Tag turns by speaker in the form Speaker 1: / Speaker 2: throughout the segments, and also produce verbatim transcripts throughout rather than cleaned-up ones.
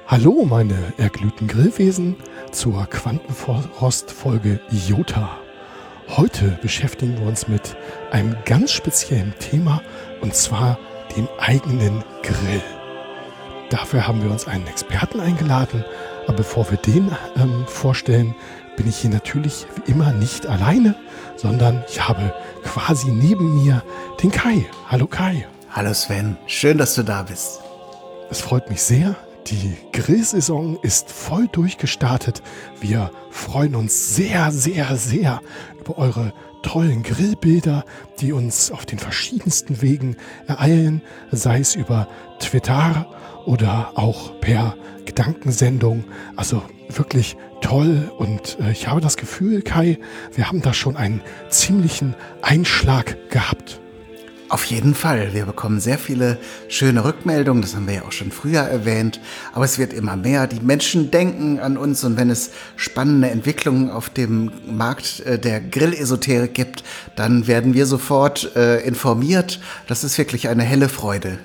Speaker 1: Hallo, meine erglühten Grillwesen zur Quantenrost-Folge Iota. Heute beschäftigen wir uns mit einem ganz speziellen Thema, und zwar dem eigenen Grill. Dafür haben wir uns einen Experten eingeladen, aber bevor wir den ähm, vorstellen, bin ich hier natürlich wie immer nicht alleine, sondern ich habe quasi neben mir den Kai. Hallo Kai.
Speaker 2: Hallo Sven, schön, dass du da bist.
Speaker 1: Es freut mich sehr. Die Grillsaison ist voll durchgestartet. Wir freuen uns sehr, sehr, sehr über eure tollen Grillbilder, die uns auf den verschiedensten Wegen ereilen, sei es über Twitter oder auch per Gedankensendung. Also wirklich toll, und äh, ich habe das Gefühl, Kai, wir haben da schon einen ziemlichen Einschlag gehabt.
Speaker 2: Auf jeden Fall. Wir bekommen sehr viele schöne Rückmeldungen. Das haben wir ja auch schon früher erwähnt. Aber es wird immer mehr. Die Menschen denken an uns. Und wenn es spannende Entwicklungen auf dem Markt äh, der Grillesoterik gibt, dann werden wir sofort äh, informiert. Das ist wirklich eine helle Freude.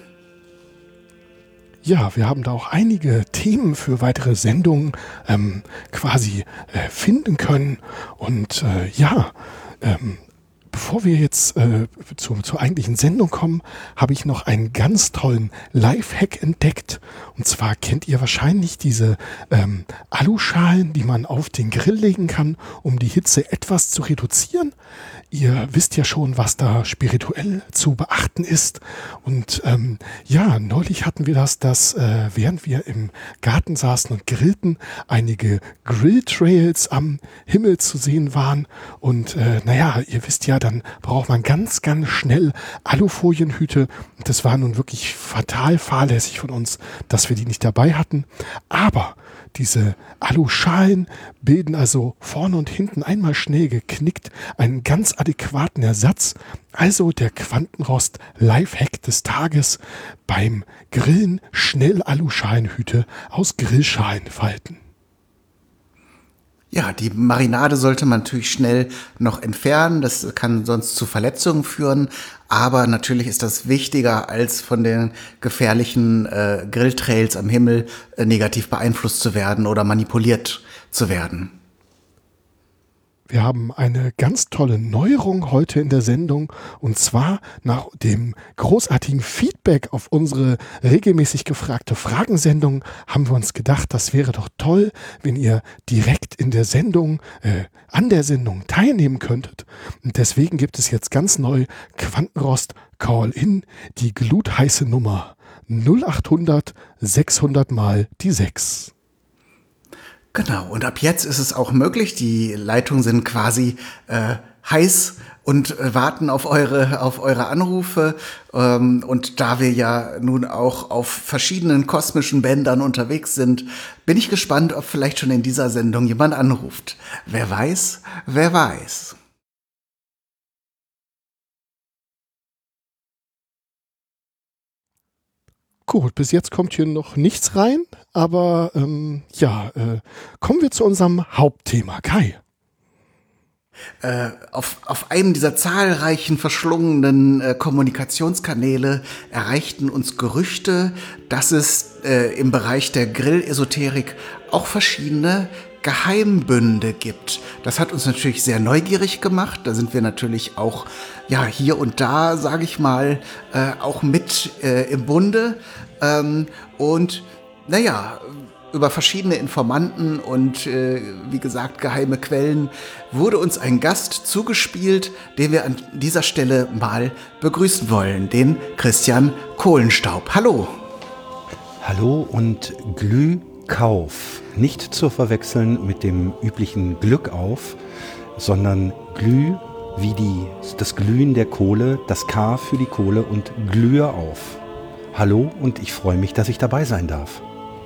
Speaker 1: Ja, wir haben da auch einige Themen für weitere Sendungen ähm, quasi äh, finden können. Und äh, ja, ähm, Bevor wir jetzt äh, zu, zur eigentlichen Sendung kommen, habe ich noch einen ganz tollen Lifehack entdeckt. Und zwar kennt ihr wahrscheinlich diese ähm, Aluschalen, die man auf den Grill legen kann, um die Hitze etwas zu reduzieren. Ihr wisst ja schon, was da spirituell zu beachten ist. Und ähm, ja, neulich hatten wir das, dass äh, während wir im Garten saßen und grillten, einige Grilltrails am Himmel zu sehen waren. Und äh, naja, ihr wisst ja, dann braucht man ganz, ganz schnell Alufolienhüte. Und das war nun wirklich fatal fahrlässig von uns, dass wir die nicht dabei hatten. Aber diese Aluschalen bilden also vorne und hinten einmal schnell geknickt einen ganz adäquaten Ersatz. Also der Quantenrost-Lifehack des Tages: beim Grillen schnell Aluschalenhüte aus Grillschalen falten.
Speaker 2: Ja, die Marinade sollte man natürlich schnell noch entfernen. Das kann sonst zu Verletzungen führen. Aber natürlich ist das wichtiger, als von den gefährlichen äh, Grilltrails am Himmel äh, negativ beeinflusst zu werden oder manipuliert zu werden.
Speaker 1: Wir haben eine ganz tolle Neuerung heute in der Sendung, und zwar nach dem großartigen Feedback auf unsere regelmäßig gefragte Fragensendung haben wir uns gedacht, das wäre doch toll, wenn ihr direkt in der Sendung, äh, an der Sendung teilnehmen könntet. Und deswegen gibt es jetzt ganz neu Quantenrost Call-In, die glutheiße Nummer null achthundert sechshundert mal die sechs.
Speaker 2: Genau, und ab jetzt ist es auch möglich, die Leitungen sind quasi äh, heiß und äh, warten auf eure, auf eure Anrufe. Ähm, und da wir ja nun auch auf verschiedenen kosmischen Bändern unterwegs sind, bin ich gespannt, ob vielleicht schon in dieser Sendung jemand anruft. Wer weiß, wer weiß.
Speaker 1: Gut, bis jetzt kommt hier noch nichts rein, aber ähm, ja, äh, kommen wir zu unserem Hauptthema. Kai.
Speaker 2: Äh, auf, auf einem dieser zahlreichen verschlungenen äh, Kommunikationskanäle erreichten uns Gerüchte, dass es äh, im Bereich der Grillesoterik auch verschiedene Geheimbünde gibt. Das hat uns natürlich sehr neugierig gemacht. Da sind wir natürlich auch ja hier und da, sage ich mal, äh, auch mit äh, im Bunde. Ähm, und naja, über verschiedene Informanten und äh, wie gesagt geheime Quellen wurde uns ein Gast zugespielt, den wir an dieser Stelle mal begrüßen wollen, den Christian Kohlenstaub. Hallo.
Speaker 3: Hallo und Glühkauf. Nicht zu verwechseln mit dem üblichen Glückauf, sondern Glüh wie die, das Glühen der Kohle, das K für die Kohle und Glühe auf. Hallo, und ich freue mich, dass ich dabei sein darf.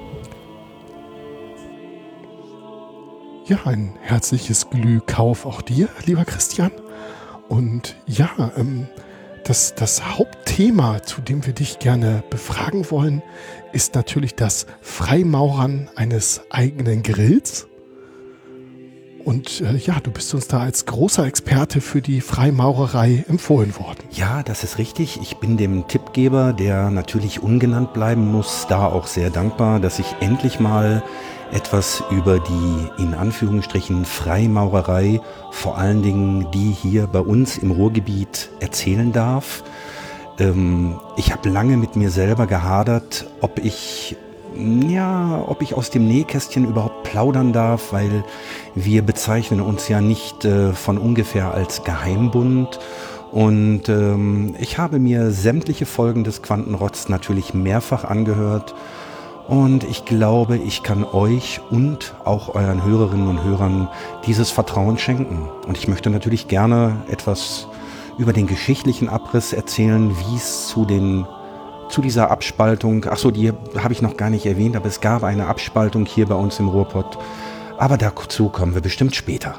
Speaker 1: Ja, ein herzliches Glühkauf auch dir, lieber Christian. Und ja, ähm, das, das Hauptthema, zu dem wir dich gerne befragen wollen, ist natürlich das Freimaurern eines eigenen Grills. Und und äh, ja, du bist uns da als großer Experte für die Freimaurerei empfohlen worden.
Speaker 3: Ja, das ist richtig. Ich bin dem Tippgeber, der natürlich ungenannt bleiben muss, da auch sehr dankbar, dass ich endlich mal etwas über die, in Anführungsstrichen, Freimaurerei, vor allen Dingen die hier bei uns im Ruhrgebiet, erzählen darf. Ähm, ich habe lange mit mir selber gehadert, ob ich, ja, ob ich aus dem Nähkästchen überhaupt plaudern darf, weil wir bezeichnen uns ja nicht äh, von ungefähr als Geheimbund. Und ähm, ich habe mir sämtliche Folgen des Quantenrotz natürlich mehrfach angehört. Und ich glaube, ich kann euch und auch euren Hörerinnen und Hörern dieses Vertrauen schenken. Und ich möchte natürlich gerne etwas über den geschichtlichen Abriss erzählen, wie es zu den zu dieser Abspaltung, ach so, die habe ich noch gar nicht erwähnt, aber es gab eine Abspaltung hier bei uns im Ruhrpott. Aber dazu kommen wir bestimmt später.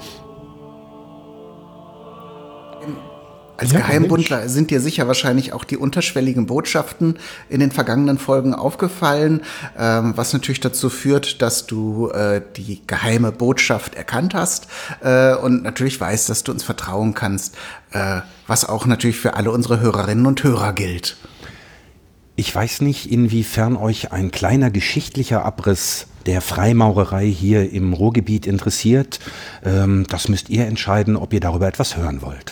Speaker 2: Als ja, Geheimbundler Mensch. Sind dir sicher wahrscheinlich auch die unterschwelligen Botschaften in den vergangenen Folgen aufgefallen, ähm, was natürlich dazu führt, dass du äh, die geheime Botschaft erkannt hast äh, und natürlich weißt, dass du uns vertrauen kannst, äh, was auch natürlich für alle unsere Hörerinnen und Hörer gilt.
Speaker 3: Ich weiß nicht, inwiefern euch ein kleiner geschichtlicher Abriss der Freimaurerei hier im Ruhrgebiet interessiert. Ähm, das müsst ihr entscheiden, ob ihr darüber etwas hören wollt.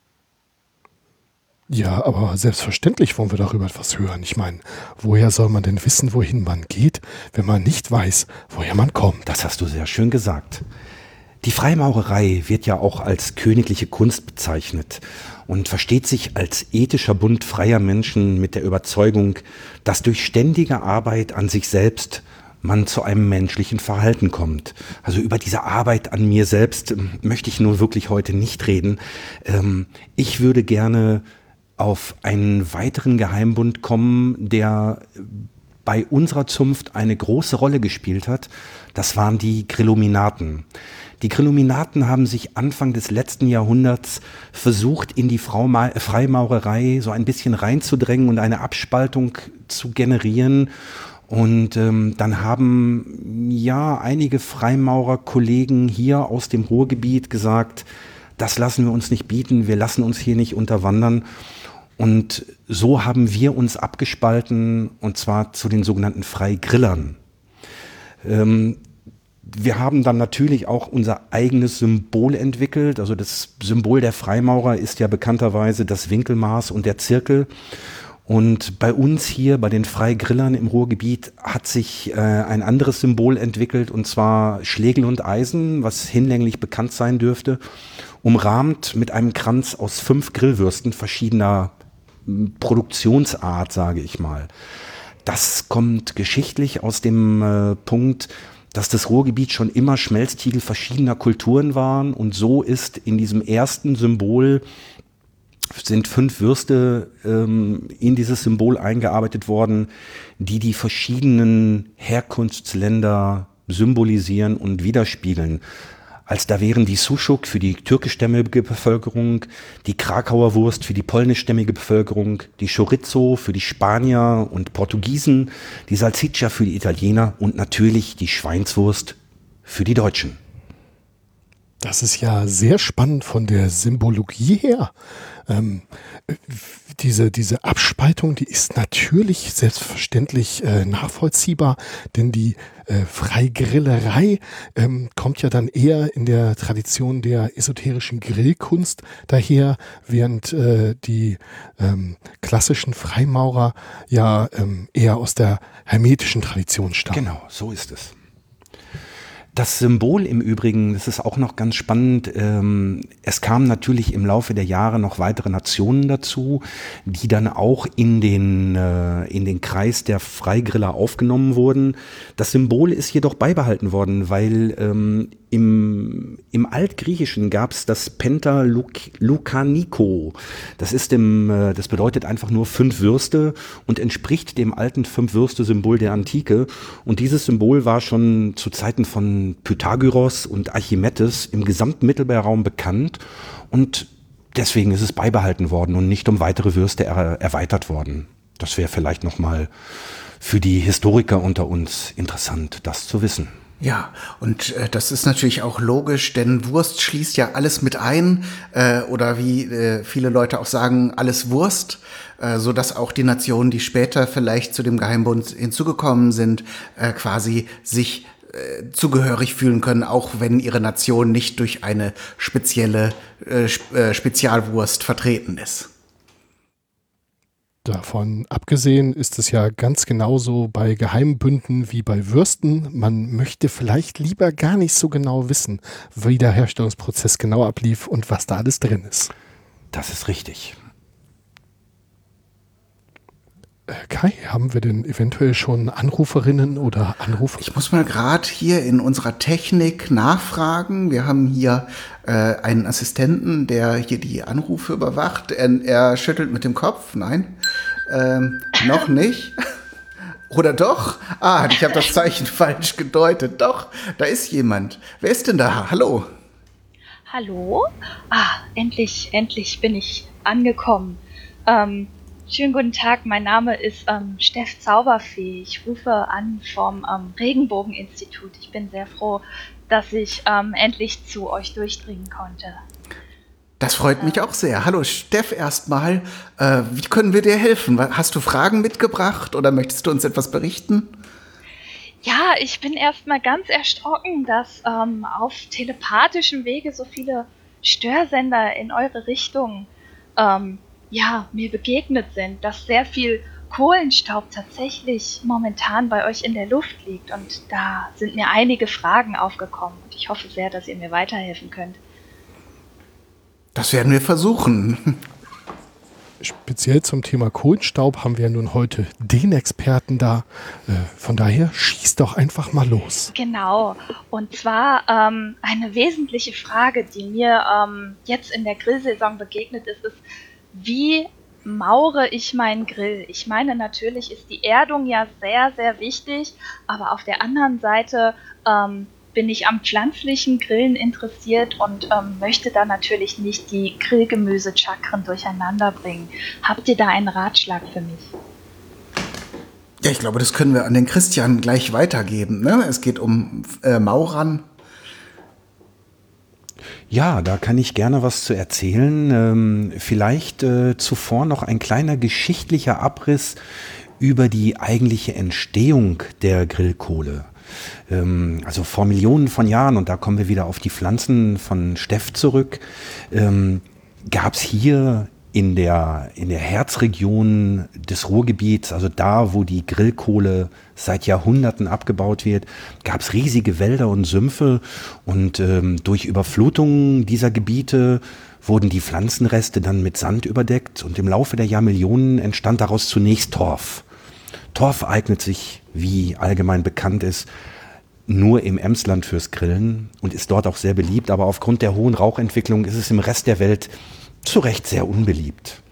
Speaker 1: Ja, aber selbstverständlich wollen wir darüber etwas hören. Ich meine, woher soll man denn wissen, wohin man geht, wenn man nicht weiß, woher man kommt?
Speaker 3: Das hast du sehr schön gesagt. Die Freimaurerei wird ja auch als königliche Kunst bezeichnet und versteht sich als ethischer Bund freier Menschen mit der Überzeugung, dass durch ständige Arbeit an sich selbst man zu einem menschlichen Verhalten kommt. Also über diese Arbeit an mir selbst möchte ich nun wirklich heute nicht reden. Ähm, ich würde gerne auf einen weiteren Geheimbund kommen, der bei unserer Zunft eine große Rolle gespielt hat. Das waren die Grilluminaten. Die Grilluminaten haben sich Anfang des letzten Jahrhunderts versucht, in die Frauma- Freimaurerei so ein bisschen reinzudrängen und eine Abspaltung zu generieren. Und ähm, dann haben ja einige Freimaurerkollegen hier aus dem Ruhrgebiet gesagt, das lassen wir uns nicht bieten, wir lassen uns hier nicht unterwandern. Und so haben wir uns abgespalten, und zwar zu den sogenannten Freigrillern. Ähm, wir haben dann natürlich auch unser eigenes Symbol entwickelt. Also das Symbol der Freimaurer ist ja bekannterweise das Winkelmaß und der Zirkel. Und bei uns hier, bei den Freigrillern im Ruhrgebiet, hat sich äh, ein anderes Symbol entwickelt, und zwar Schlegel und Eisen, was hinlänglich bekannt sein dürfte, umrahmt mit einem Kranz aus fünf Grillwürsten verschiedener Produktionsart, sage ich mal. Das kommt geschichtlich aus dem äh, Punkt, dass das Ruhrgebiet schon immer Schmelztiegel verschiedener Kulturen waren, und so ist in diesem ersten Symbol sind fünf Würste ähm, in dieses Symbol eingearbeitet worden, die die verschiedenen Herkunftsländer symbolisieren und widerspiegeln. Als da wären die Sucuk für die türkischstämmige Bevölkerung, die Krakauer Wurst für die polnischstämmige Bevölkerung, die Chorizo für die Spanier und Portugiesen, die Salsiccia für die Italiener und natürlich die Schweinswurst für die Deutschen.
Speaker 1: Das ist ja sehr spannend von der Symbologie her. Ähm, diese, diese Abspaltung, die ist natürlich selbstverständlich äh, nachvollziehbar, denn die äh, Freigrillerei ähm, kommt ja dann eher in der Tradition der esoterischen Grillkunst daher, während äh, die ähm, klassischen Freimaurer ja ähm, eher aus der hermetischen Tradition stammen.
Speaker 3: Genau, so ist es. Das Symbol im Übrigen, das ist auch noch ganz spannend, ähm, es kamen natürlich im Laufe der Jahre noch weitere Nationen dazu, die dann auch in den, äh, in den Kreis der Freigriller aufgenommen wurden. Das Symbol ist jedoch beibehalten worden, weil ähm, im, im Altgriechischen gab es das Pentaleukaniko. Das ist im, äh, das bedeutet einfach nur fünf Würste und entspricht dem alten Fünf-Würste-Symbol der Antike. Und dieses Symbol war schon zu Zeiten von Pythagoras und Archimedes im gesamten Mittelmeerraum bekannt, und deswegen ist es beibehalten worden und nicht um weitere Würste er, erweitert worden. Das wäre vielleicht nochmal für die Historiker unter uns interessant, das zu wissen.
Speaker 2: Ja, und äh, das ist natürlich auch logisch, denn Wurst schließt ja alles mit ein, äh, oder wie äh, viele Leute auch sagen, alles Wurst, äh, so dass auch die Nationen, die später vielleicht zu dem Geheimbund hinzugekommen sind, äh, quasi sich äh, zugehörig fühlen können, auch wenn ihre Nation nicht durch eine spezielle äh, Sp- äh, Spezialwurst vertreten ist.
Speaker 1: Davon abgesehen ist es ja ganz genauso bei Geheimbünden wie bei Würsten. Man möchte vielleicht lieber gar nicht so genau wissen, wie der Herstellungsprozess genau ablief und was da alles drin ist.
Speaker 3: Das ist richtig.
Speaker 1: Äh, Kai, haben wir denn eventuell schon Anruferinnen oder Anrufer?
Speaker 2: Ich muss mal gerade hier in unserer Technik nachfragen. Wir haben hier äh, einen Assistenten, der hier die Anrufe überwacht. Er, er schüttelt mit dem Kopf. Nein, ähm, noch nicht. Oder doch? Ah, ich habe das Zeichen falsch gedeutet. Doch, da ist jemand. Wer ist denn da? Hallo.
Speaker 4: Hallo? Ah, endlich, endlich bin ich angekommen. Ähm, schönen guten Tag, mein Name ist ähm, Steff Zauberfee. Ich rufe an vom ähm, Regenbogeninstitut. Ich bin sehr froh, dass ich ähm, endlich zu euch durchdringen konnte.
Speaker 2: Das freut mich auch sehr. Hallo Steff erstmal. Äh, wie können wir dir helfen? Hast du Fragen mitgebracht oder möchtest du uns etwas berichten?
Speaker 4: Ja, ich bin erstmal ganz erschrocken, dass ähm, auf telepathischem Wege so viele Störsender in eure Richtung ähm, ja, mir begegnet sind, dass sehr viel Kohlenstaub tatsächlich momentan bei euch in der Luft liegt. Und da sind mir einige Fragen aufgekommen. Und ich hoffe sehr, dass ihr mir weiterhelfen könnt.
Speaker 2: Das werden wir versuchen.
Speaker 1: Speziell zum Thema Kohlenstaub haben wir nun heute den Experten da. Äh, von daher schieß doch einfach mal los.
Speaker 4: Genau. Und zwar ähm, eine wesentliche Frage, die mir ähm, jetzt in der Grillsaison begegnet ist, ist, wie maure ich meinen Grill? Ich meine, natürlich ist die Erdung ja sehr, sehr wichtig, aber auf der anderen Seite ähm, bin ich am pflanzlichen Grillen interessiert und ähm, möchte da natürlich nicht die Grillgemüse-Chakren durcheinander bringen. Habt ihr da einen Ratschlag für mich?
Speaker 2: Ja, ich glaube, das können wir an den Christian gleich weitergeben. Ne? Es geht um äh, Maurern.
Speaker 3: Ja, da kann ich gerne was zu erzählen. Ähm, vielleicht äh, zuvor noch ein kleiner geschichtlicher Abriss über die eigentliche Entstehung der Grillkohle. Ähm, also vor Millionen von Jahren, und da kommen wir wieder auf die Pflanzen von Steff zurück, ähm, gab es hier in der, in der Herzregion des Ruhrgebiets, also da, wo die Grillkohle seit Jahrhunderten abgebaut wird, gab es riesige Wälder und Sümpfe, und ähm, durch Überflutungen dieser Gebiete wurden die Pflanzenreste dann mit Sand überdeckt, und im Laufe der Jahrmillionen entstand daraus zunächst Torf. Torf eignet sich, wie allgemein bekannt ist, nur im Emsland fürs Grillen und ist dort auch sehr beliebt, aber aufgrund der hohen Rauchentwicklung ist es im Rest der Welt zu Recht sehr unbeliebt.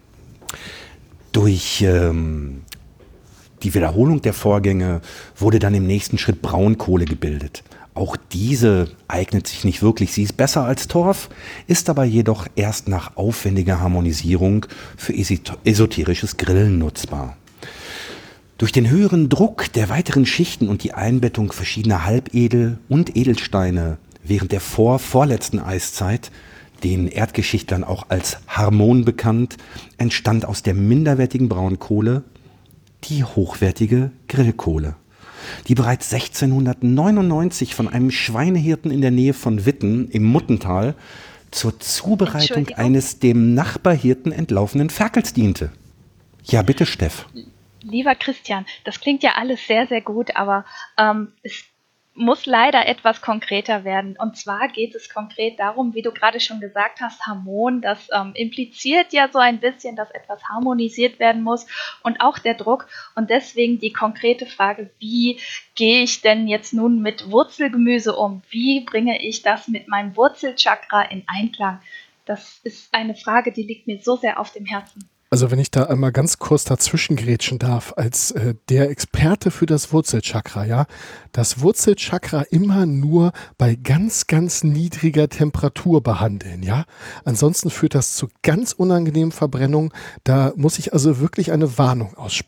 Speaker 3: Durch ähm, die Wiederholung der Vorgänge wurde dann im nächsten Schritt Braunkohle gebildet. Auch diese eignet sich nicht wirklich. Sie ist besser als Torf, ist aber jedoch erst nach aufwendiger Harmonisierung für esoterisches Grillen nutzbar. Durch den höheren Druck der weiteren Schichten und die Einbettung verschiedener Halbedel- und Edelsteine während der vor-vorletzten Eiszeit, den Erdgeschichtlern auch als Harmon bekannt, entstand aus der minderwertigen Braunkohle die hochwertige Grillkohle, die bereits sechzehnhundertneunundneunzig von einem Schweinehirten in der Nähe von Witten im Muttental zur Zubereitung eines dem Nachbarhirten entlaufenen Ferkels diente. Ja, bitte, Steff.
Speaker 4: Lieber Christian, das klingt ja alles sehr, sehr gut, aber ähm, es muss leider etwas konkreter werden. Und zwar geht es konkret darum, wie du gerade schon gesagt hast, Harmon, das ähm, impliziert ja so ein bisschen, dass etwas harmonisiert werden muss und auch der Druck. Und deswegen die konkrete Frage, wie gehe ich denn jetzt nun mit Wurzelgemüse um? Wie bringe ich das mit meinem Wurzelchakra in Einklang? Das ist eine Frage, die liegt mir so sehr auf dem Herzen.
Speaker 1: Also wenn ich da einmal ganz kurz dazwischen grätschen darf, als äh, der Experte für das Wurzelchakra, ja, das Wurzelchakra immer nur bei ganz, ganz niedriger Temperatur behandeln, ja. Ansonsten führt das zu ganz unangenehmen Verbrennungen. Da muss ich also wirklich eine Warnung aussprechen.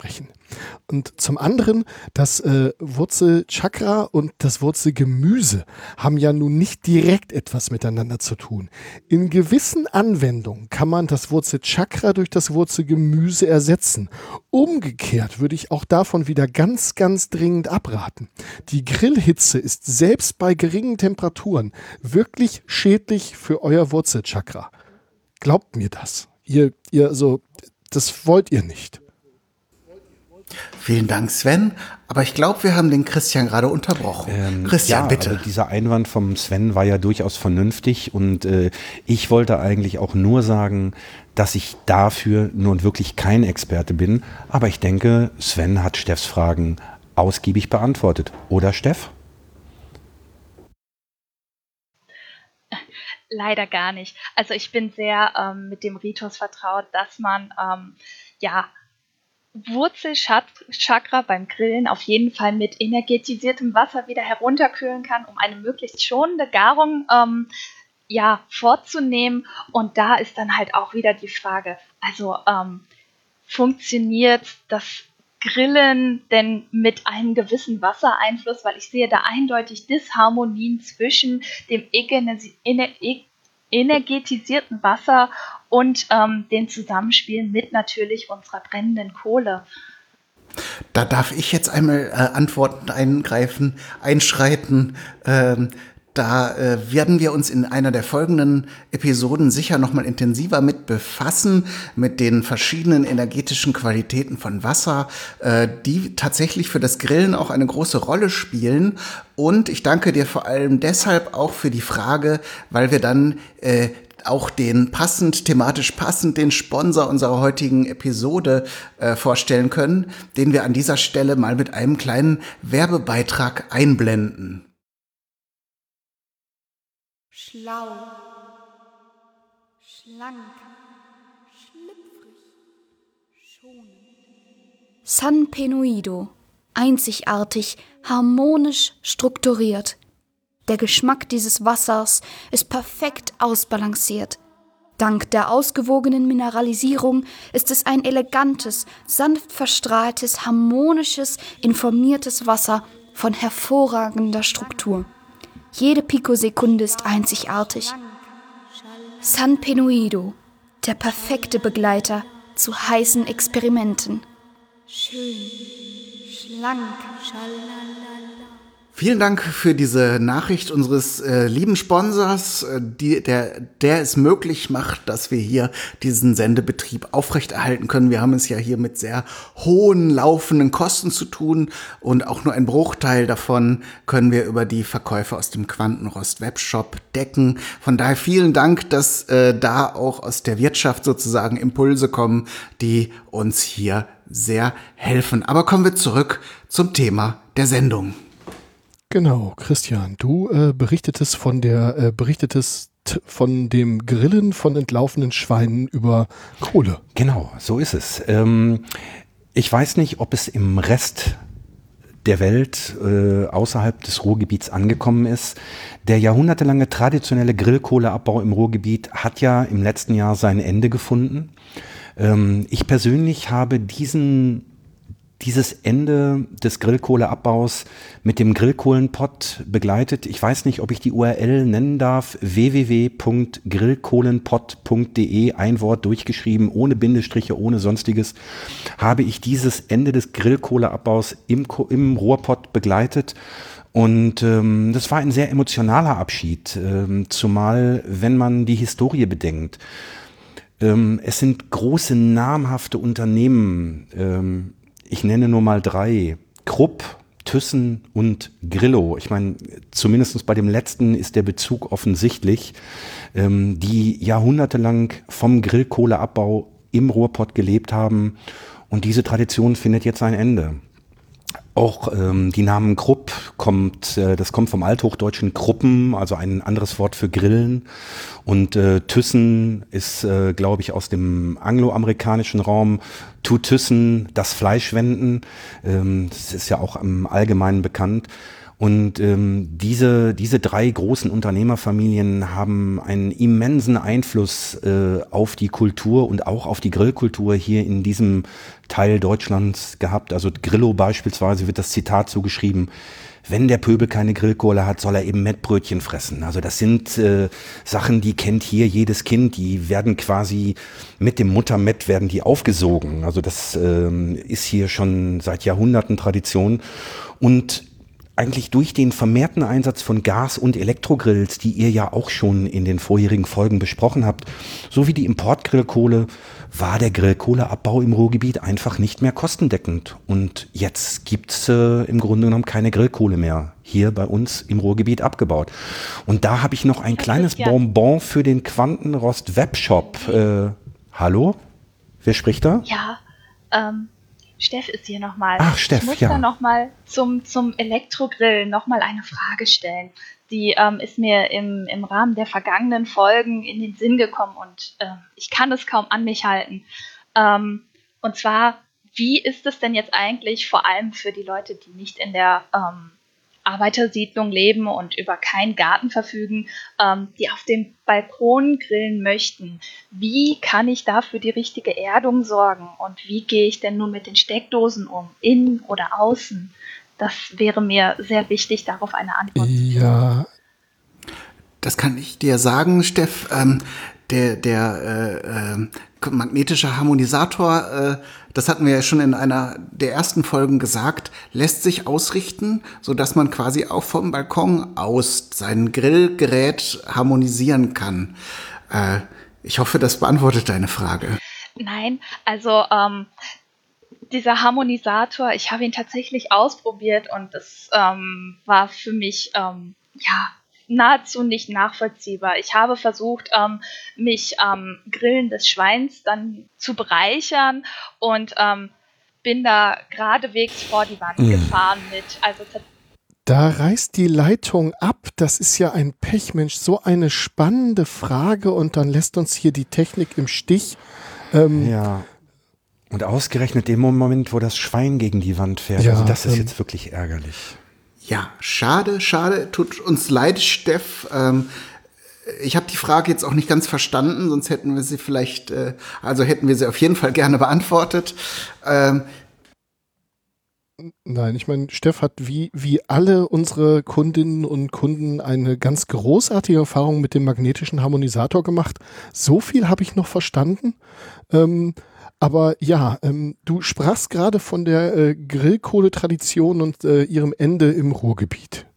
Speaker 1: Und zum anderen, das äh, Wurzelchakra und das Wurzelgemüse haben ja nun nicht direkt etwas miteinander zu tun. In gewissen Anwendungen kann man das Wurzelchakra durch das Wurzelgemüse ersetzen. Umgekehrt würde ich auch davon wieder ganz, ganz dringend abraten. Die Grillhitze ist selbst bei geringen Temperaturen wirklich schädlich für euer Wurzelchakra. Glaubt mir das. Ihr, ihr, so, das wollt ihr nicht.
Speaker 2: Vielen Dank, Sven. Aber ich glaube, wir haben den Christian gerade unterbrochen.
Speaker 3: Ähm,
Speaker 2: Christian,
Speaker 3: ja,
Speaker 2: bitte.
Speaker 3: Also dieser Einwand vom Sven war ja durchaus vernünftig und äh, ich wollte eigentlich auch nur sagen, dass ich dafür nun wirklich kein Experte bin. Aber ich denke, Sven hat Steffs Fragen ausgiebig beantwortet. Oder Steff?
Speaker 4: Leider gar nicht. Also ich bin sehr ähm, mit dem Ritus vertraut, dass man ähm, ja Wurzelchakra beim Grillen auf jeden Fall mit energetisiertem Wasser wieder herunterkühlen kann, um eine möglichst schonende Garung ähm, ja, vorzunehmen. Und da ist dann halt auch wieder die Frage, also ähm, funktioniert das Grillen denn mit einem gewissen Wassereinfluss, weil ich sehe da eindeutig Disharmonien zwischen dem energetisierten Wasser und ähm, den Zusammenspielen mit natürlich unserer brennenden Kohle.
Speaker 2: Da darf ich jetzt einmal äh, antwortend eingreifen, einschreiten. Ähm, da äh, werden wir uns in einer der folgenden Episoden sicher nochmal intensiver mit befassen, mit den verschiedenen energetischen Qualitäten von Wasser, äh, die tatsächlich für das Grillen auch eine große Rolle spielen. Und ich danke dir vor allem deshalb auch für die Frage, weil wir dann äh, auch den passend, thematisch passend, den Sponsor unserer heutigen Episode äh, vorstellen können, den wir an dieser Stelle mal mit einem kleinen Werbebeitrag einblenden.
Speaker 5: Schlau, schlank, schlüpfrig, schonend. San Penoido, einzigartig, harmonisch strukturiert. Der Geschmack dieses Wassers ist perfekt ausbalanciert. Dank der ausgewogenen Mineralisierung ist es ein elegantes, sanft verstrahltes, harmonisches, informiertes Wasser von hervorragender Struktur. Jede Pikosekunde ist einzigartig. San Penoido, der perfekte Begleiter zu heißen Experimenten. Schön, schlank, schalalala.
Speaker 2: Vielen Dank für diese Nachricht unseres äh, lieben Sponsors, äh, die, der, der es möglich macht, dass wir hier diesen Sendebetrieb aufrechterhalten können. Wir haben es ja hier mit sehr hohen laufenden Kosten zu tun und auch nur ein Bruchteil davon können wir über die Verkäufe aus dem Quantenrost Webshop decken. Von daher vielen Dank, dass äh, da auch aus der Wirtschaft sozusagen Impulse kommen, die uns hier sehr helfen. Aber kommen wir zurück zum Thema der Sendung.
Speaker 1: Genau, Christian, du äh, berichtetest von der äh, berichtetest von dem Grillen von entlaufenen Schweinen über Kohle.
Speaker 3: Genau, so ist es. Ähm, ich weiß nicht, ob es im Rest der Welt äh, außerhalb des Ruhrgebiets angekommen ist. Der jahrhundertelange traditionelle Grillkohleabbau im Ruhrgebiet hat ja im letzten Jahr sein Ende gefunden. Ähm, ich persönlich habe diesen dieses Ende des Grillkohleabbaus mit dem Grillkohlenpott begleitet. Ich weiß nicht, ob ich die U R L nennen darf. w w w punkt grillkohlenpott punkt d e, ein Wort durchgeschrieben, ohne Bindestriche, ohne sonstiges, habe ich dieses Ende des Grillkohleabbaus im, im Ruhrpott begleitet. Und ähm, das war ein sehr emotionaler Abschied, ähm, zumal wenn man die Historie bedenkt. Ähm, es sind große, namhafte Unternehmen, ähm, ich nenne nur mal drei, Krupp, Thyssen und Grillo. Ich meine, zumindest bei dem letzten ist der Bezug offensichtlich, ähm, die jahrhundertelang vom Grillkohleabbau im Ruhrpott gelebt haben. Und diese Tradition findet jetzt ein Ende. Auch ähm, die Namen Krupp kommt, äh, das kommt vom althochdeutschen Kruppen, also ein anderes Wort für Grillen. Und äh, Thyssen ist, äh, glaube ich, aus dem angloamerikanischen Raum. To Thyssen, das Fleischwenden. Ähm, das ist ja auch im Allgemeinen bekannt. Und ähm, diese, diese drei großen Unternehmerfamilien haben einen immensen Einfluss äh, auf die Kultur und auch auf die Grillkultur hier in diesem Teil Deutschlands gehabt. Also Grillo beispielsweise wird das Zitat zugeschrieben: Wenn der Pöbel keine Grillkohle hat, soll er eben Mettbrötchen fressen. Also das sind äh, Sachen, die kennt hier jedes Kind. Die werden quasi mit dem Muttermett werden die aufgesogen. Also das ähm, ist hier schon seit Jahrhunderten Tradition. Und eigentlich durch den vermehrten Einsatz von Gas- und Elektrogrills, die ihr ja auch schon in den vorherigen Folgen besprochen habt, sowie die Importgrillkohle, war der Grillkohleabbau im Ruhrgebiet einfach nicht mehr kostendeckend. Und jetzt gibt's äh, im Grunde genommen keine Grillkohle mehr hier bei uns im Ruhrgebiet abgebaut. Und da habe ich noch ein kleines Bonbon für den Quantenrost Webshop. Äh, hallo? Wer spricht da?
Speaker 4: Ja, ähm... Steff ist hier nochmal.
Speaker 3: Ach, Steff,
Speaker 4: ich muss
Speaker 3: ja.
Speaker 4: da nochmal zum, zum Elektrogrill nochmal eine Frage stellen. Die ähm, ist mir im, im Rahmen der vergangenen Folgen in den Sinn gekommen und äh, ich kann es kaum an mich halten. Ähm, und zwar, wie ist es denn jetzt eigentlich vor allem für die Leute, die nicht in der ähm, Arbeitersiedlung leben und über keinen Garten verfügen, ähm, die auf dem Balkon grillen möchten? Wie kann ich da für die richtige Erdung sorgen und wie gehe ich denn nun mit den Steckdosen um, innen oder außen? Das wäre mir sehr wichtig, darauf eine Antwort zu finden.
Speaker 1: Ja,
Speaker 2: Das kann ich dir sagen, Steff. Ähm, der der äh, äh, magnetische Harmonisator, äh, das hatten wir ja schon in einer der ersten Folgen gesagt, lässt sich ausrichten, sodass man quasi auch vom Balkon aus sein Grillgerät harmonisieren kann. Äh, ich hoffe, das beantwortet deine Frage.
Speaker 4: Nein, also ähm, dieser Harmonisator, ich habe ihn tatsächlich ausprobiert und das ähm, war für mich ähm, ja nahezu nicht nachvollziehbar. Ich habe versucht, ähm, mich am ähm, Grillen des Schweins dann zu bereichern und ähm, bin da geradewegs vor die Wand mm. gefahren mit. Also
Speaker 1: da reißt die Leitung ab. Das ist ja ein Pech, Mensch. So eine spannende Frage und dann lässt uns hier die Technik im Stich. Ähm,
Speaker 3: ja. Und ausgerechnet im Moment, wo das Schwein gegen die Wand fährt.
Speaker 1: Ja,
Speaker 3: also das ist
Speaker 1: ähm,
Speaker 3: jetzt wirklich ärgerlich.
Speaker 2: Ja, schade, schade. Tut uns leid, Steff. Ähm, ich habe die Frage jetzt auch nicht ganz verstanden, sonst hätten wir sie vielleicht, äh, also hätten wir sie auf jeden Fall gerne beantwortet. Ähm,
Speaker 1: Nein, ich meine, Steff hat wie, wie alle unsere Kundinnen und Kunden eine ganz großartige Erfahrung mit dem magnetischen Harmonisator gemacht. So viel habe ich noch verstanden. Ähm, Aber ja, ähm, du sprachst gerade von der äh, Grillkohle-Tradition und äh, ihrem Ende im Ruhrgebiet.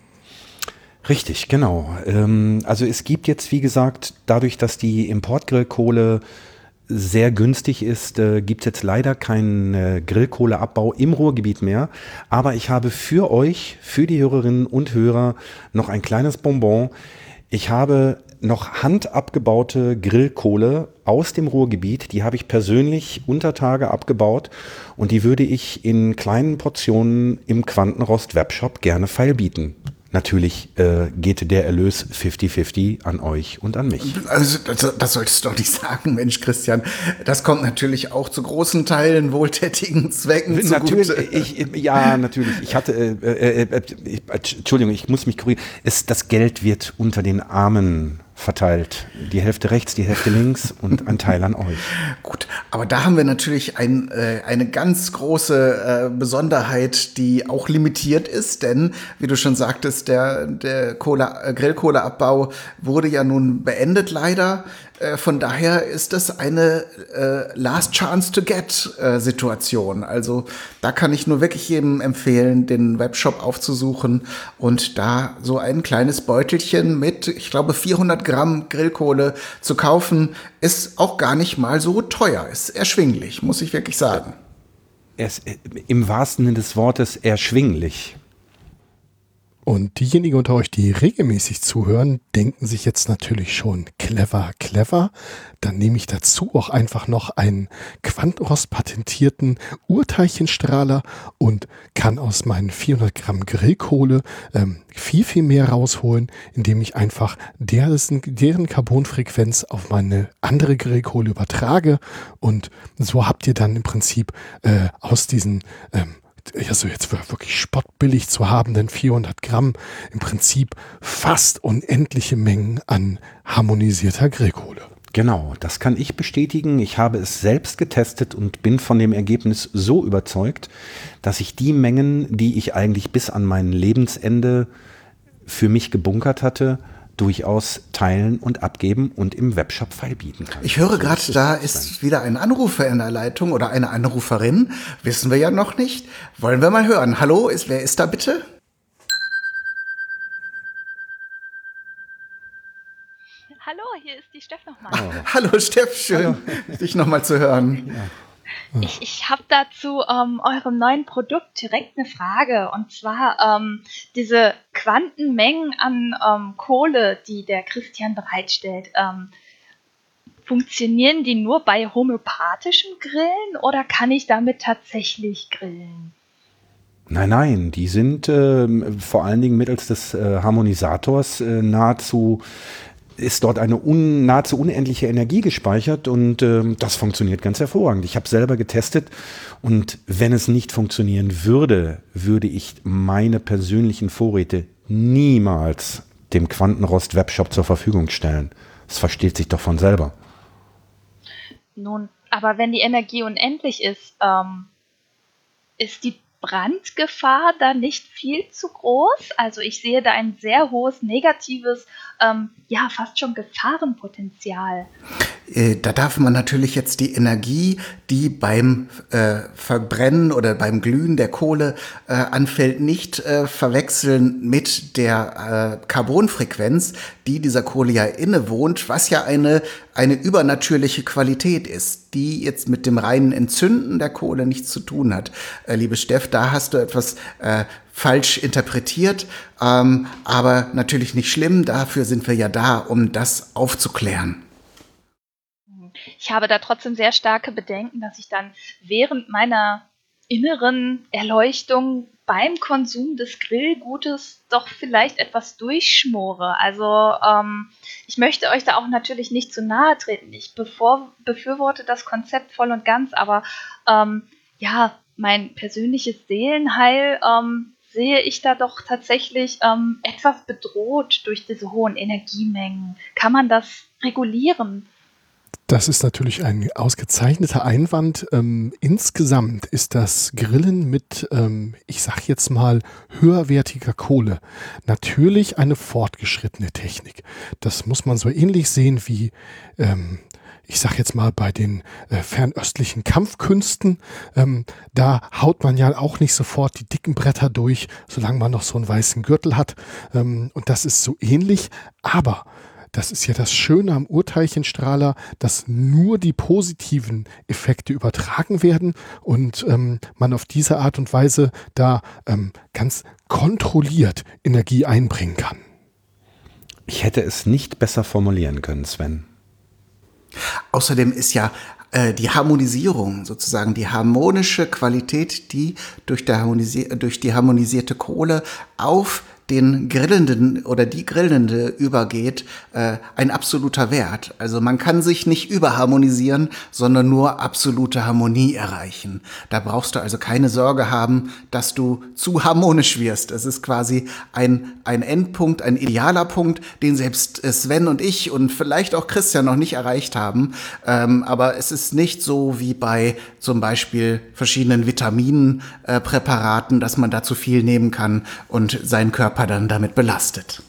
Speaker 3: Richtig, genau. Ähm, also es gibt jetzt, wie gesagt, dadurch, dass die Importgrillkohle sehr günstig ist, äh, gibt es jetzt leider keinen äh, Grillkohleabbau im Ruhrgebiet mehr. Aber ich habe für euch, für die Hörerinnen und Hörer, noch ein kleines Bonbon. Ich habe noch handabgebaute Grillkohle aus dem Ruhrgebiet, die habe ich persönlich unter Tage abgebaut und die würde ich in kleinen Portionen im Quantenrost Webshop gerne feilbieten. Natürlich äh, geht der Erlös fifty fifty an euch und an mich.
Speaker 2: Also das, das solltest du doch nicht sagen, Mensch, Christian. Das kommt natürlich auch zu großen Teilen wohltätigen Zwecken
Speaker 3: natürlich,
Speaker 2: zugute.
Speaker 3: Ich, ja, natürlich. Ich hatte, äh, äh, äh, ich, Entschuldigung, ich muss mich korrigieren. Es, das Geld wird unter den Armen verteilt. Die Hälfte rechts, die Hälfte links und ein Teil an euch.
Speaker 2: Gut, aber da haben wir natürlich ein, äh, eine ganz große äh, Besonderheit, die auch limitiert ist, denn, wie du schon sagtest, der, der Kohle, äh, Grillkohleabbau wurde ja nun beendet leider. Äh, von daher ist das eine äh, Last Chance to Get äh, Situation. Also da kann ich nur wirklich jedem empfehlen, den Webshop aufzusuchen und da so ein kleines Beutelchen mit, ich glaube, vierhundert Gramm Grillkohle zu kaufen, ist auch gar nicht mal so teuer. Ist erschwinglich, muss ich wirklich sagen.
Speaker 3: Er ist im wahrsten Sinne des Wortes erschwinglich.
Speaker 1: Und diejenigen unter euch, die regelmäßig zuhören, denken sich jetzt natürlich schon clever, clever. Dann nehme ich dazu auch einfach noch einen Quantenrost patentierten Urteilchenstrahler und kann aus meinen vierhundert Gramm Grillkohle ähm, viel, viel mehr rausholen, indem ich einfach deren, deren Carbonfrequenz auf meine andere Grillkohle übertrage. Und so habt ihr dann im Prinzip äh, aus diesen ähm, also jetzt wirklich spottbillig zu haben, denn vierhundert Gramm im Prinzip fast unendliche Mengen an harmonisierter Grillkohle.
Speaker 3: Genau, das kann ich bestätigen. Ich habe es selbst getestet und bin von dem Ergebnis so überzeugt, dass ich die Mengen, die ich eigentlich bis an mein Lebensende für mich gebunkert hatte, durchaus teilen und abgeben und im Webshop feilbieten kann.
Speaker 2: Ich höre gerade, da ist wieder ein Anrufer in der Leitung oder eine Anruferin. Wissen wir ja noch nicht. Wollen wir mal hören. Hallo, ist, wer ist da bitte?
Speaker 4: Hallo, hier ist die Steff nochmal.
Speaker 2: Oh. Hallo Steff, schön, Hallo. dich nochmal zu hören.
Speaker 4: Ja. Ich, ich habe dazu ähm, eurem neuen Produkt direkt eine Frage. Und zwar ähm, diese Quantenmengen an ähm, Kohle, die der Christian bereitstellt. Ähm, funktionieren die nur bei homöopathischem Grillen oder kann ich damit tatsächlich grillen?
Speaker 3: Nein, nein, die sind äh, vor allen Dingen mittels des äh, Harmonisators äh, nahezu ist dort eine un, nahezu unendliche Energie gespeichert und äh, das funktioniert ganz hervorragend. Ich habe selber getestet und wenn es nicht funktionieren würde, würde ich meine persönlichen Vorräte niemals dem Quantenrost Webshop zur Verfügung stellen. Das versteht sich doch von selber.
Speaker 4: Nun, aber wenn die Energie unendlich ist, ähm, ist die Brandgefahr da nicht viel zu groß? Also ich sehe da ein sehr hohes negatives, ähm, ja fast schon Gefahrenpotenzial.
Speaker 2: Äh, da darf man natürlich jetzt die Energie, die beim äh, Verbrennen oder beim Glühen der Kohle äh, anfällt, nicht äh, verwechseln mit der äh, Carbonfrequenz, die dieser Kohle ja innewohnt, was ja eine, eine übernatürliche Qualität ist, die jetzt mit dem reinen Entzünden der Kohle nichts zu tun hat. Äh, liebe Steff, da hast du etwas äh, falsch interpretiert, ähm, aber natürlich nicht schlimm, dafür sind wir ja da, um das aufzuklären.
Speaker 4: Ich habe da trotzdem sehr starke Bedenken, dass ich dann während meiner inneren Erleuchtung beim Konsum des Grillgutes doch vielleicht etwas durchschmore. Also ähm, ich möchte euch da auch natürlich nicht zu nahe treten. Ich bevor, befürworte das Konzept voll und ganz, aber ähm, ja, mein persönliches Seelenheil ähm, sehe ich da doch tatsächlich ähm, etwas bedroht durch diese hohen Energiemengen. Kann man das regulieren?
Speaker 1: Das ist natürlich ein ausgezeichneter Einwand. Ähm, insgesamt ist das Grillen mit, ähm, ich sag jetzt mal, höherwertiger Kohle natürlich eine fortgeschrittene Technik. Das muss man so ähnlich sehen wie, ähm, ich sag jetzt mal, bei den äh, fernöstlichen Kampfkünsten. Ähm, da haut man ja auch nicht sofort die dicken Bretter durch, solange man noch so einen weißen Gürtel hat. Ähm, und das ist so ähnlich, aber das ist ja das Schöne am Urteilchenstrahler, dass nur die positiven Effekte übertragen werden und ähm, man auf diese Art und Weise da ähm, ganz kontrolliert Energie einbringen kann.
Speaker 3: Ich hätte es nicht besser formulieren können, Sven.
Speaker 2: Außerdem ist ja äh, die Harmonisierung, sozusagen die harmonische Qualität, die durch, der harmonisi- durch die harmonisierte Kohle auf den Grillenden oder die Grillende übergeht, äh, ein absoluter Wert. Also man kann sich nicht überharmonisieren, sondern nur absolute Harmonie erreichen. Da brauchst du also keine Sorge haben, dass du zu harmonisch wirst. Es ist quasi ein, ein Endpunkt, ein idealer Punkt, den selbst Sven und ich und vielleicht auch Christian noch nicht erreicht haben. Ähm, aber es ist nicht so wie bei zum Beispiel verschiedenen Vitaminpräparaten, äh, dass man da zu viel nehmen kann und seinen Körper dann damit belastet.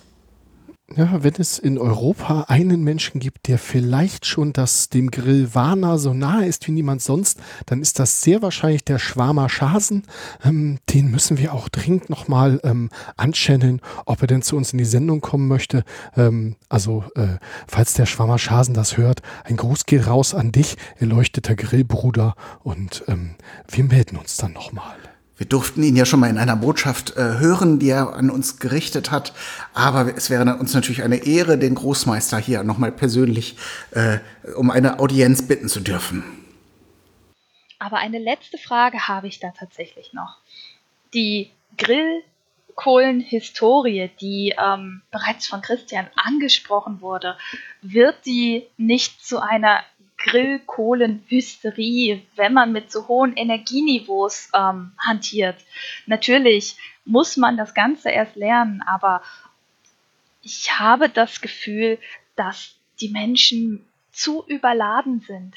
Speaker 1: Ja, wenn es in Europa einen Menschen gibt, der vielleicht schon das dem Grillwana so nahe ist wie niemand sonst, dann ist das sehr wahrscheinlich der Schwarmer Schasen. Ähm, den müssen wir auch dringend nochmal ähm, anchanneln, ob er denn zu uns in die Sendung kommen möchte. Ähm, also, äh, falls der Schwarmer Schasen das hört, ein Gruß geht raus an dich, erleuchteter Grillbruder, und ähm, wir melden uns dann nochmal.
Speaker 2: Wir durften ihn ja schon mal in einer Botschaft äh, hören, die er an uns gerichtet hat. Aber es wäre uns natürlich eine Ehre, den Großmeister hier nochmal persönlich äh, um eine Audienz bitten zu dürfen.
Speaker 4: Aber eine letzte Frage habe ich da tatsächlich noch. Die Grillkohlenhistorie, die ähm, bereits von Christian angesprochen wurde, wird die nicht zu einer Grillkohlenhysterie, wenn man mit so hohen Energieniveaus ähm, hantiert. Natürlich muss man das Ganze erst lernen, aber ich habe das Gefühl, dass die Menschen zu überladen sind.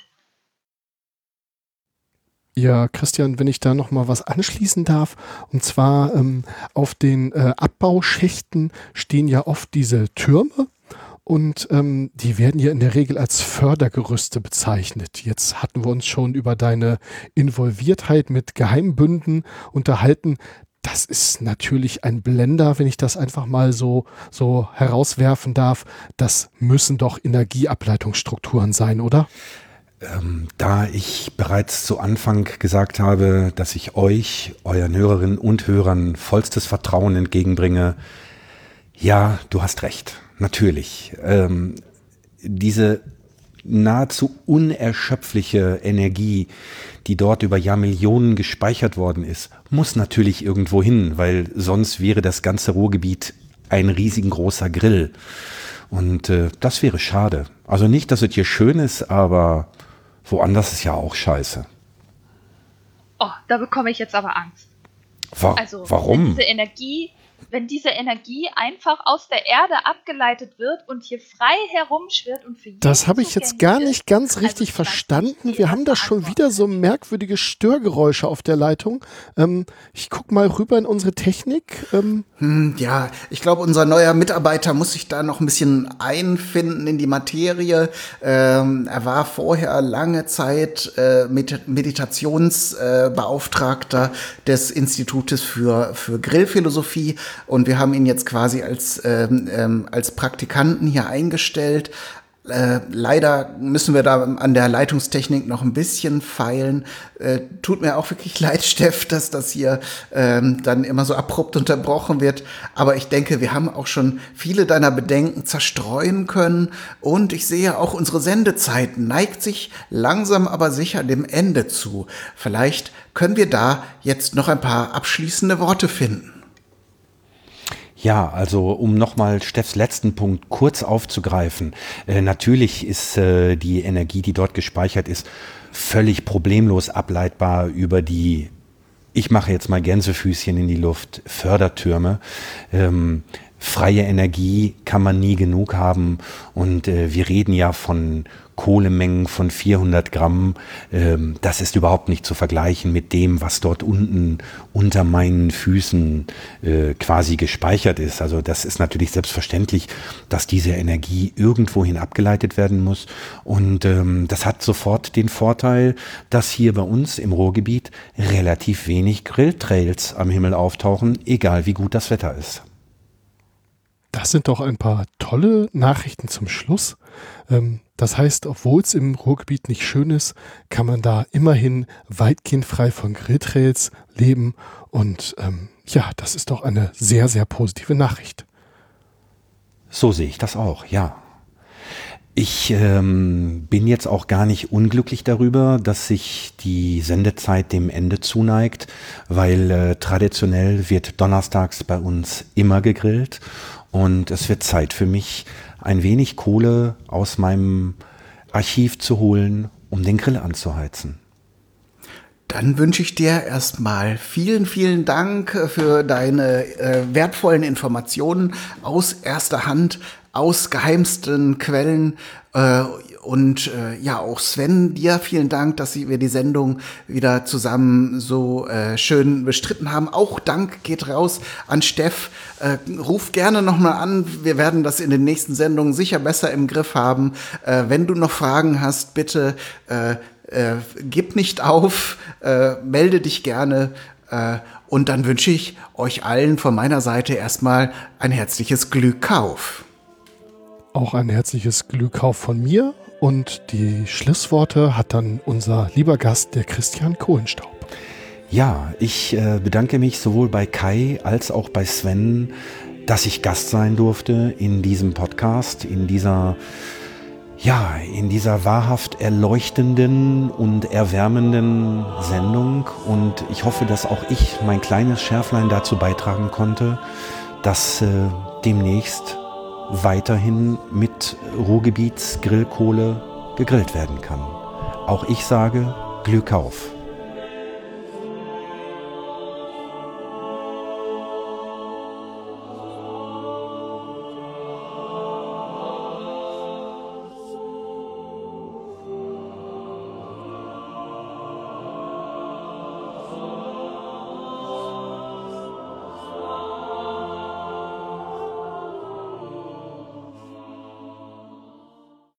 Speaker 1: Ja, Christian, wenn ich da noch mal was anschließen darf, und zwar ähm, auf den äh, Abbauschächten stehen ja oft diese Türme und ähm, die werden ja in der Regel als Fördergerüste bezeichnet. Jetzt hatten wir uns schon über deine Involviertheit mit Geheimbünden unterhalten. Das ist natürlich ein Blender, wenn ich das einfach mal so, so herauswerfen darf. Das müssen doch Energieableitungsstrukturen sein, oder?
Speaker 3: Ähm, da ich bereits zu Anfang gesagt habe, dass ich euch, euren Hörerinnen und Hörern vollstes Vertrauen entgegenbringe, ja, du hast recht, natürlich. Ähm, diese nahezu unerschöpfliche Energie, die dort über Jahrmillionen gespeichert worden ist, muss natürlich irgendwo hin, weil sonst wäre das ganze Ruhrgebiet ein riesengroßer Grill. Und äh, das wäre schade. Also nicht, dass es hier schön ist, aber woanders ist ja auch scheiße.
Speaker 4: Oh, da bekomme ich jetzt aber Angst.
Speaker 3: Wa-
Speaker 4: Also,
Speaker 3: warum?
Speaker 4: Wenn diese Energie, wenn diese Energie einfach aus der Erde abgeleitet wird und hier frei herumschwirrt und für jeden
Speaker 1: Das habe ich jetzt gar nicht ganz richtig
Speaker 4: also
Speaker 1: verstanden. Wir haben da schon wieder so merkwürdige Störgeräusche auf der Leitung. Ähm, ich gucke mal rüber in unsere Technik. Ähm,
Speaker 2: Hm, ja, ich glaube, unser neuer Mitarbeiter muss sich da noch ein bisschen einfinden in die Materie. Ähm, er war vorher lange Zeit äh, Med- Meditationsbeauftragter äh, des Institutes für, für Grillphilosophie und wir haben ihn jetzt quasi als, ähm, ähm, als Praktikanten hier eingestellt. Äh, leider müssen wir da an der Leitungstechnik noch ein bisschen feilen. Äh, tut mir auch wirklich leid, Steff, dass das hier ähm, dann immer so abrupt unterbrochen wird. Aber ich denke, wir haben auch schon viele deiner Bedenken zerstreuen können. Und ich sehe auch, unsere Sendezeit neigt sich langsam aber sicher dem Ende zu. Vielleicht können wir da jetzt noch ein paar abschließende Worte finden.
Speaker 3: Ja, also um nochmal Steffs letzten Punkt kurz aufzugreifen. Äh, natürlich ist äh, die Energie, die dort gespeichert ist, völlig problemlos ableitbar über die, ich mache jetzt mal Gänsefüßchen in die Luft, Fördertürme. Ähm, freie Energie kann man nie genug haben und äh, wir reden ja von Kohlemengen von vierhundert Gramm. Ähm, das ist überhaupt nicht zu vergleichen mit dem, was dort unten unter meinen Füßen äh, quasi gespeichert ist. Also das ist natürlich selbstverständlich, dass diese Energie irgendwohin abgeleitet werden muss. Und ähm, das hat sofort den Vorteil, dass hier bei uns im Ruhrgebiet relativ wenig Grilltrails am Himmel auftauchen, egal wie gut das Wetter ist.
Speaker 1: Das sind doch ein paar tolle Nachrichten zum Schluss. Ähm, das heißt, obwohl es im Ruhrgebiet nicht schön ist, kann man da immerhin weitgehend frei von Grilltrails leben. Und ähm, ja, das ist doch eine sehr, sehr positive Nachricht.
Speaker 3: So sehe ich das auch, ja. Ich ähm, bin jetzt auch gar nicht unglücklich darüber, dass sich die Sendezeit dem Ende zuneigt, weil äh, traditionell wird donnerstags bei uns immer gegrillt und es wird Zeit für mich, ein wenig Kohle aus meinem Archiv zu holen, um den Grill anzuheizen.
Speaker 2: Dann wünsche ich dir erstmal vielen, vielen Dank für deine äh, wertvollen Informationen aus erster Hand, aus geheimsten Quellen. Äh, und äh, ja, auch Sven, dir vielen Dank, dass wir die Sendung wieder zusammen so äh, schön bestritten haben. Auch Dank geht raus an Steff. Äh, ruf gerne nochmal an. Wir werden das in den nächsten Sendungen sicher besser im Griff haben. Äh, wenn du noch Fragen hast, bitte äh, Äh, gib nicht auf, äh, melde dich gerne äh, und dann wünsche ich euch allen von meiner Seite erstmal ein herzliches Glückauf.
Speaker 1: Auch ein herzliches Glückauf von mir und die Schlussworte hat dann unser lieber Gast, der Christian Kohlenstaub.
Speaker 3: Ja, ich äh, bedanke mich sowohl bei Kai als auch bei Sven, dass ich Gast sein durfte in diesem Podcast, in dieser Ja, in dieser wahrhaft erleuchtenden und erwärmenden Sendung und ich hoffe, dass auch ich mein kleines Schärflein dazu beitragen konnte, dass äh, demnächst weiterhin mit Ruhrgebietsgrillkohle gegrillt werden kann. Auch ich sage Glück auf.